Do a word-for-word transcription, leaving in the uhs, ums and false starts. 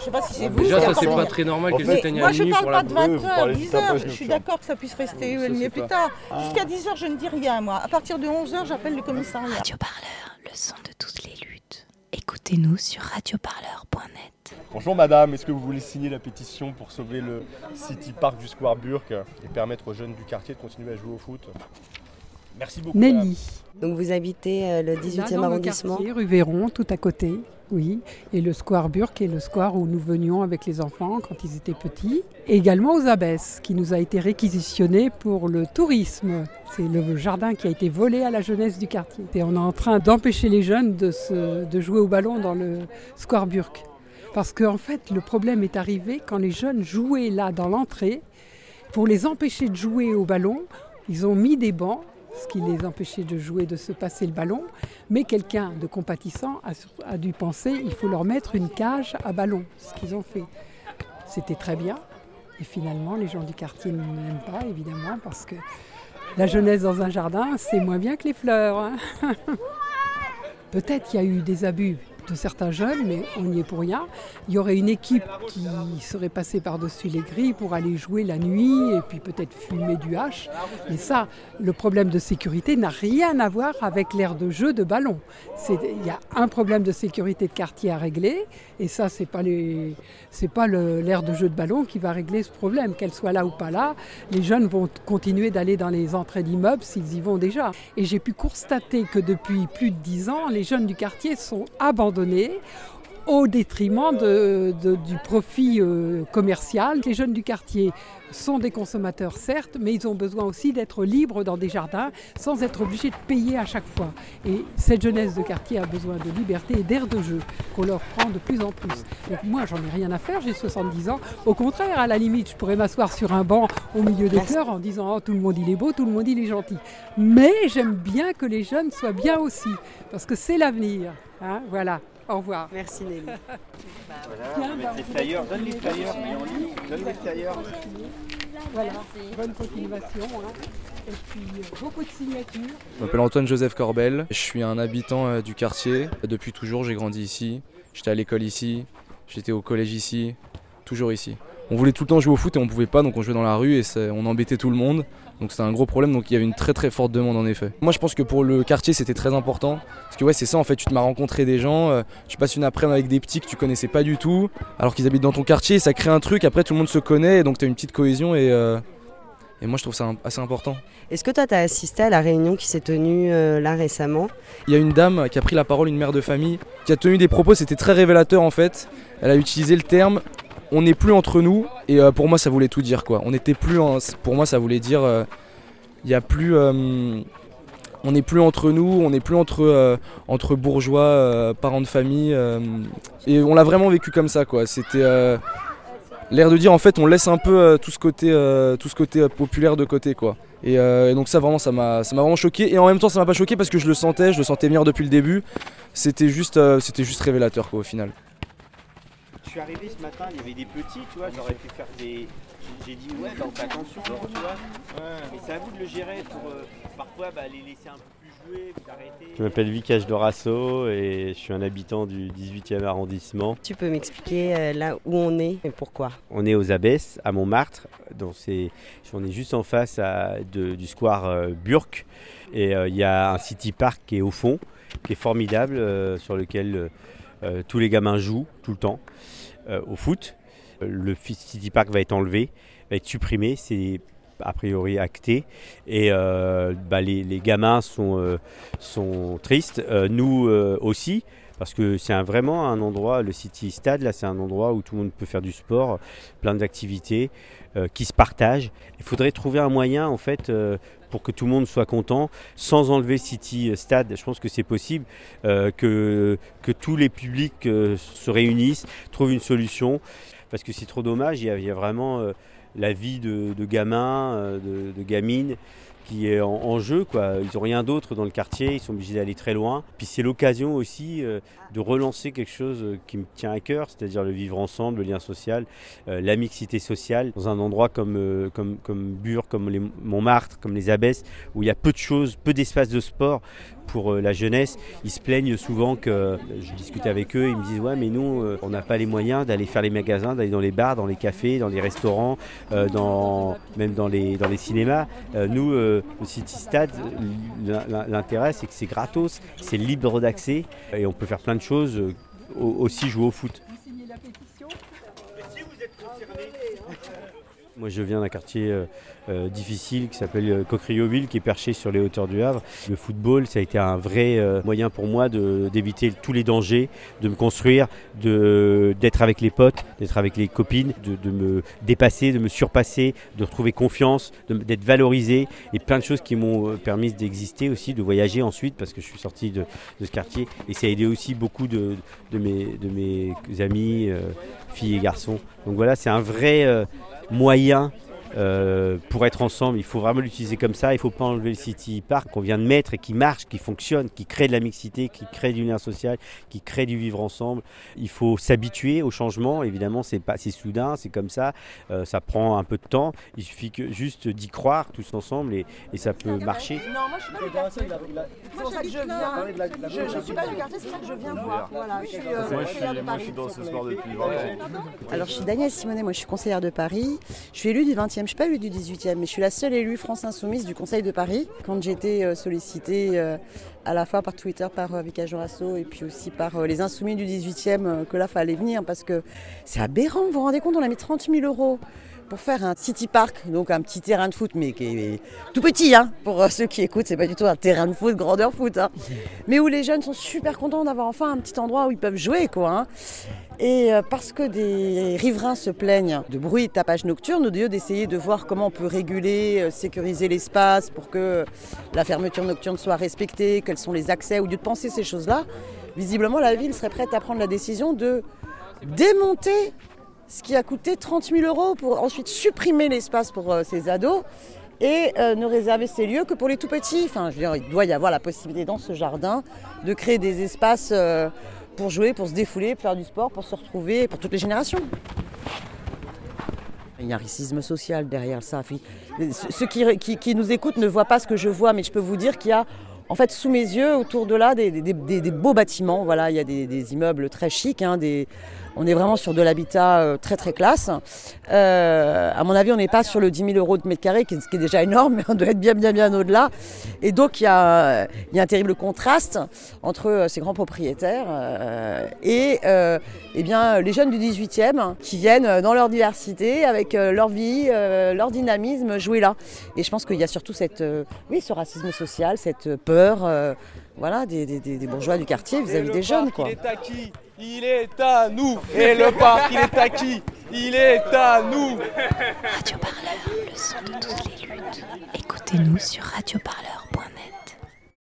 sais pas si c'est vous. Déjà, c'est ça, c'est encore pas pire. très normal En qu'elle fait, s'éteigne Moi, à je minuit parle pour pas la de Oui, vous vingt heures, parlez dix juste un peu heures. de Je suis nocturne. d'accord que ça puisse rester Ça, une nuit c'est plus pas- tard. Ah. Jusqu'à dix heures, je ne dis rien, moi. À partir de onze heures, j'appelle le commissariat. Radio Parleur, le son de toutes les luttes. Écoutez-nous sur radioparleur point net. Bonjour madame, est-ce que vous voulez signer la pétition pour sauver le City Park du Square Burke et permettre aux jeunes du quartier de continuer à jouer au foot? Merci beaucoup. madame. Nelly. Donc vous habitez euh, le dix-huitième Là, dans le arrondissement. quartier, rue Véron, tout à côté, oui. Et le square Burke est le square où nous venions avec les enfants quand ils étaient petits. Et également aux Abbesses, qui nous a été réquisitionné pour le tourisme. C'est le jardin qui a été volé à la jeunesse du quartier. Et on est en train d'empêcher les jeunes de, se, de jouer au ballon dans le square Burke. Parce qu'en fait, le problème est arrivé quand les jeunes jouaient là dans l'entrée. Pour les empêcher de jouer au ballon, ils ont mis des bancs, ce qui les empêchait de jouer, de se passer le ballon. Mais quelqu'un de compatissant a, a dû penser qu'il faut leur mettre une cage à ballon, ce qu'ils ont fait. C'était très bien. Et finalement, les gens du quartier ne l'aiment pas, évidemment, parce que la jeunesse dans un jardin, c'est moins bien que les fleurs. Hein. Peut-être qu'il y a eu des abus de certains jeunes, mais on n'y est pour rien. Il y aurait une équipe qui serait passée par-dessus les grilles pour aller jouer la nuit et puis peut-être fumer du hache. Mais ça, le problème de sécurité n'a rien à voir avec l'aire de jeu de ballon. C'est, il y a un problème de sécurité de quartier à régler et ça, c'est pas les, c'est pas le, l'aire de jeu de ballon qui va régler ce problème. Qu'elle soit là ou pas là, les jeunes vont continuer d'aller dans les entrées d'immeubles s'ils y vont déjà. Et j'ai pu constater que depuis plus de dix ans, les jeunes du quartier sont abandonnés au détriment de, de, du profit euh, commercial. Les jeunes du quartier sont des consommateurs, certes, mais ils ont besoin aussi d'être libres dans des jardins sans être obligés de payer à chaque fois. Et cette jeunesse de quartier a besoin de liberté et d'air de jeu qu'on leur prend de plus en plus. Donc moi, j'en ai rien à faire, j'ai soixante-dix ans. Au contraire, à la limite, je pourrais m'asseoir sur un banc au milieu des fleurs en disant oh, « tout le monde il est beau, tout le monde il est gentil ». Mais j'aime bien que les jeunes soient bien aussi, parce que c'est l'avenir. Hein, voilà. Au revoir. Merci Nelly. Voilà, on va mettre les flyers. Donne les flyers, mais en ligne. Donne les flyers. Voilà, bonne continuation. Hein. Et puis euh, beaucoup de signatures. Je m'appelle Antoine-Joseph Corbel, je suis un habitant euh, du quartier. Depuis toujours, j'ai grandi ici. J'étais à l'école ici, j'étais au collège ici, toujours ici. On voulait tout le temps jouer au foot et on pouvait pas, donc on jouait dans la rue et on embêtait tout le monde. Donc c'était un gros problème, donc il y avait une très très forte demande en effet. Moi je pense que pour le quartier c'était très important, parce que ouais c'est ça en fait, tu te m'as rencontré des gens, euh, tu passes une après-midi avec des petits que tu connaissais pas du tout, alors qu'ils habitent dans ton quartier, ça crée un truc, après tout le monde se connaît, donc tu as une petite cohésion et, euh, et moi je trouve ça assez important. Est-ce que toi tu as assisté à la réunion qui s'est tenue euh, là récemment? Il y a une dame qui a pris la parole, une mère de famille, qui a tenu des propos, c'était très révélateur en fait, elle a utilisé le terme on n'est plus entre nous et euh, pour moi ça voulait tout dire quoi. On n'était plus en... pour moi ça voulait dire euh, il y a plus euh, on n'est plus entre nous, on n'est plus entre euh, entre bourgeois, euh, parents de famille euh, et on l'a vraiment vécu comme ça quoi. C'était euh, l'air de dire en fait on laisse un peu euh, tout ce côté euh, tout ce côté euh, populaire de côté quoi. Et, euh, et donc ça vraiment ça m'a ça m'a vraiment choqué et en même temps ça m'a pas choqué parce que je le sentais, je le sentais venir depuis le début. C'était juste euh, c'était juste révélateur quoi au final. Je suis arrivé ce matin, il y avait des petits, tu vois, j'aurais pu faire des... J'ai dit ouais, bah, on fait attention, tu vois. Ouais. Mais c'est à vous de le gérer pour euh, parfois bah, les laisser un peu plus jouer, vous arrêter. Je m'appelle Vikash Dorasso et je suis un habitant du dix-huitième arrondissement. Tu peux m'expliquer euh, là où on est et pourquoi? On est aux Abbesses, à Montmartre. Donc c'est, on est juste en face à, de, du square euh, Burke. Et il euh, y a un city park qui est au fond, qui est formidable, euh, sur lequel euh, tous les gamins jouent tout le temps. Euh, au foot. Le City Park va être enlevé, va être supprimé, c'est a priori acté. Et euh, bah, les, les gamins sont, euh, sont tristes, euh, nous euh, aussi, parce que c'est un, vraiment un endroit, le City Stade, là, c'est un endroit où tout le monde peut faire du sport, plein d'activités euh, qui se partagent. Il faudrait trouver un moyen, en fait, euh, pour que tout le monde soit content, sans enlever City Stade. Je pense que c'est possible, euh, que, que tous les publics euh, se réunissent, trouvent une solution, parce que c'est trop dommage, il y a, il y a vraiment euh, la vie de, de gamins, euh, de, de gamines, qui est en, en jeu, quoi. Ils n'ont rien d'autre dans le quartier, ils sont obligés d'aller très loin. Puis c'est l'occasion aussi euh, de relancer quelque chose qui me tient à cœur, c'est-à-dire le vivre ensemble, le lien social, euh, la mixité sociale, dans un endroit comme, euh, comme, comme Burke, comme les Montmartre, comme les Abbesses, où il y a peu de choses, peu d'espace de sport pour la jeunesse. Ils se plaignent souvent que, je discute avec eux, ils me disent ouais mais nous euh, on n'a pas les moyens d'aller faire les magasins, d'aller dans les bars, dans les cafés, dans les restaurants, euh, dans, même dans les, dans les cinémas. Euh, nous, euh, au City Stade, l'intérêt c'est que c'est gratos, c'est libre d'accès et on peut faire plein de choses, euh, aussi jouer au foot. Moi je viens d'un quartier euh, euh, difficile qui s'appelle euh, Cocrioville, qui est perché sur les hauteurs du Havre. Le football, ça a été un vrai euh, moyen pour moi de, d'éviter tous les dangers, de me construire, de, d'être avec les potes, d'être avec les copines, de, de me dépasser, de me surpasser, de retrouver confiance, de, d'être valorisé et plein de choses qui m'ont permis d'exister aussi, de voyager ensuite parce que je suis sorti de, de ce quartier et ça a aidé aussi beaucoup de, de, mes, de mes amis, euh, filles et garçons. Donc voilà, c'est un vrai euh, moyen euh, pour être ensemble. Il faut vraiment l'utiliser comme ça. Il ne faut pas enlever le City Park qu'on vient de mettre et qui marche, qui fonctionne, qui crée de la mixité, qui crée du lien social, qui crée du vivre ensemble. Il faut s'habituer au changement. Évidemment, c'est pas, c'est soudain, c'est comme ça. Euh, ça prend un peu de temps. Il suffit que, juste d'y croire tous ensemble et, et ça peut marcher. Non, moi je suis pas du quartier. C'est pour ça que je viens. Je, je suis pas du quartier, c'est pour ça que je viens voir. Voilà, je suis, euh, Moi, je suis, moi, je suis dans ce sport depuis vingt ans. Alors, je suis Danielle Simonet, moi je suis conseillère de Paris. Je suis élue du vingtième, je ne suis pas élue du dix-huitième, mais je suis la seule élue France Insoumise du Conseil de Paris. Quand j'ai été sollicitée euh, à la fois par Twitter, par euh, Vika Jorasso et puis aussi par euh, les Insoumis du dix-huitième, euh, que là, il fallait venir parce que c'est aberrant, vous vous rendez compte, on a mis trente mille euros pour faire un City Park, donc un petit terrain de foot, mais qui est tout petit, hein, pour ceux qui écoutent, c'est pas du tout un terrain de foot, grandeur foot, hein, mais où les jeunes sont super contents d'avoir enfin un petit endroit où ils peuvent jouer, quoi. Hein. Et parce que des riverains se plaignent de bruit et de tapage nocturne, au lieu d'essayer de voir comment on peut réguler, sécuriser l'espace pour que la fermeture nocturne soit respectée, quels sont les accès, au lieu de penser ces choses-là, visiblement la ville serait prête à prendre la décision de démonter ce qui a coûté trente mille euros pour ensuite supprimer l'espace pour euh, ces ados et euh, ne réserver ces lieux que pour les tout-petits. Enfin, je veux dire, il doit y avoir la possibilité dans ce jardin de créer des espaces euh, pour jouer, pour se défouler, pour faire du sport, pour se retrouver, pour toutes les générations. Il y a un racisme social derrière ça. Ceux qui, qui, qui nous écoutent ne voient pas ce que je vois, mais je peux vous dire qu'il y a en fait sous mes yeux, autour de là, des, des, des, des beaux bâtiments. Voilà, il y a des, des immeubles très chics, hein, des... On est vraiment sur de l'habitat euh, très très classe. Euh, à mon avis, on n'est pas sur le dix mille euros de mètre carré, ce qui est déjà énorme, mais on doit être bien bien bien au-delà. Et donc il y a, il y a un terrible contraste entre euh, ces grands propriétaires euh, et euh, eh bien, les jeunes du dix-huitième qui viennent dans leur diversité, avec euh, leur vie, euh, leur dynamisme, jouer là. Et je pense qu'il y a surtout cette, euh, oui, ce racisme social, cette peur euh, voilà, des, des, des bourgeois du quartier vis-à-vis des jeunes. Quoi. Il est à nous. Et le parc, il est à qui? Il est à nous. Radio Parleur, le son de toutes les luttes. Écoutez-nous sur radio parleur point net.